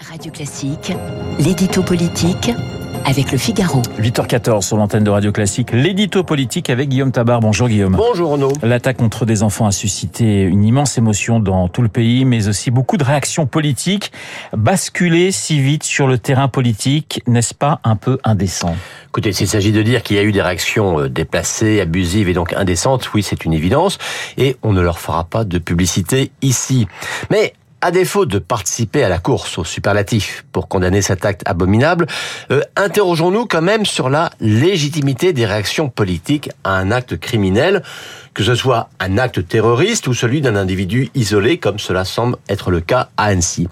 Radio Classique, l'édito politique avec Le Figaro. 8h14 sur l'antenne de Radio Classique, l'édito politique avec Guillaume Tabar. Bonjour Guillaume. Bonjour Renaud. L'attaque contre des enfants a suscité une immense émotion dans tout le pays, mais aussi beaucoup de réactions politiques. Basculer si vite sur le terrain politique, n'est-ce pas un peu indécent ? Écoutez, s'il s'agit de dire qu'il y a eu des réactions déplacées, abusives et donc indécentes, oui, c'est une évidence. Et on ne leur fera pas de publicité ici. Mais à défaut de participer à la course au superlatif pour condamner cet acte abominable, interrogeons-nous quand même sur la légitimité des réactions politiques à un acte criminel, que ce soit un acte terroriste ou celui d'un individu isolé, comme cela semble être le cas à Annecy.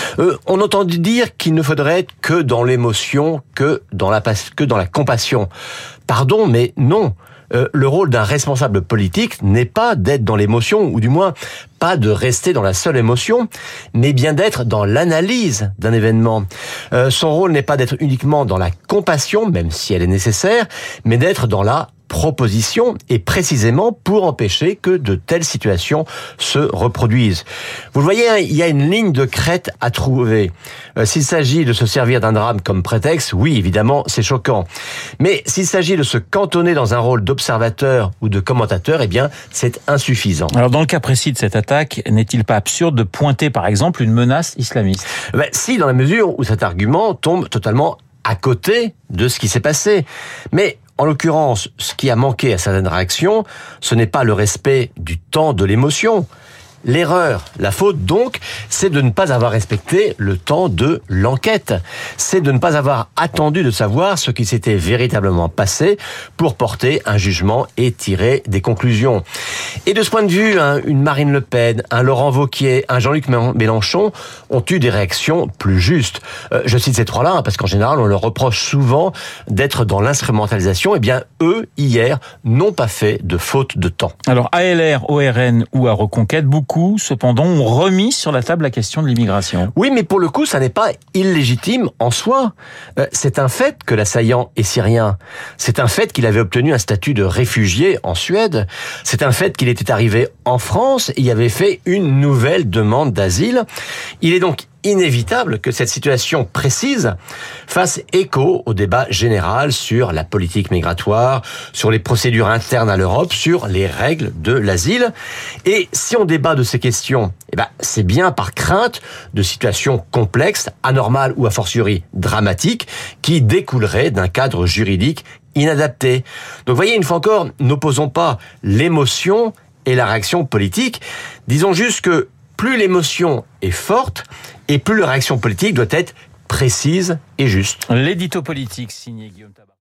On entend dire qu'il ne faudrait être que dans l'émotion, que dans la compassion. Pardon, mais non. Le rôle d'un responsable politique n'est pas d'être dans l'émotion, ou du moins pas de rester dans la seule émotion, mais bien d'être dans l'analyse d'un événement. Son rôle n'est pas d'être uniquement dans la compassion, même si elle est nécessaire, mais d'être dans la proposition, et précisément pour empêcher que de telles situations se reproduisent. Vous le voyez, il y a une ligne de crête à trouver. S'il s'agit de se servir d'un drame comme prétexte, oui, évidemment, c'est choquant. Mais s'il s'agit de se cantonner dans un rôle d'observateur ou de commentateur, eh bien, c'est insuffisant. Alors, dans le cas précis de cette attaque, n'est-il pas absurde de pointer, par exemple, une menace islamiste ? Si, dans la mesure où cet argument tombe totalement à côté de ce qui s'est passé. Mais en l'occurrence, ce qui a manqué à certaines réactions, ce n'est pas le respect du temps de l'émotion. L'erreur, la faute donc, c'est de ne pas avoir respecté le temps de l'enquête. C'est de ne pas avoir attendu de savoir ce qui s'était véritablement passé pour porter un jugement et tirer des conclusions. Et de ce point de vue, une Marine Le Pen, un Laurent Wauquiez, un Jean-Luc Mélenchon ont eu des réactions plus justes. Je cite ces trois-là parce qu'en général, on leur reproche souvent d'être dans l'instrumentalisation. Eh bien, eux, hier, n'ont pas fait de faute de temps. Alors, ALR, ORN ou à Reconquête, beaucoup cependant, ont remis sur la table la question de l'immigration. Oui, mais pour le coup, ça n'est pas illégitime en soi. C'est un fait que l'assaillant est syrien. C'est un fait qu'il avait obtenu un statut de réfugié en Suède. C'est un fait qu'il était arrivé en France et y avait fait une nouvelle demande d'asile. Il est donc inévitable que cette situation précise fasse écho au débat général sur la politique migratoire, sur les procédures internes à l'Europe, sur les règles de l'asile. Et si on débat de ces questions, c'est bien par crainte de situations complexes, anormales ou a fortiori dramatiques, qui découleraient d'un cadre juridique inadapté. Donc, voyez, une fois encore, n'opposons pas l'émotion et la réaction politique. Disons juste que plus l'émotion est forte, et plus la réaction politique doit être précise et juste. L'édito politique signé Guillaume Tabar.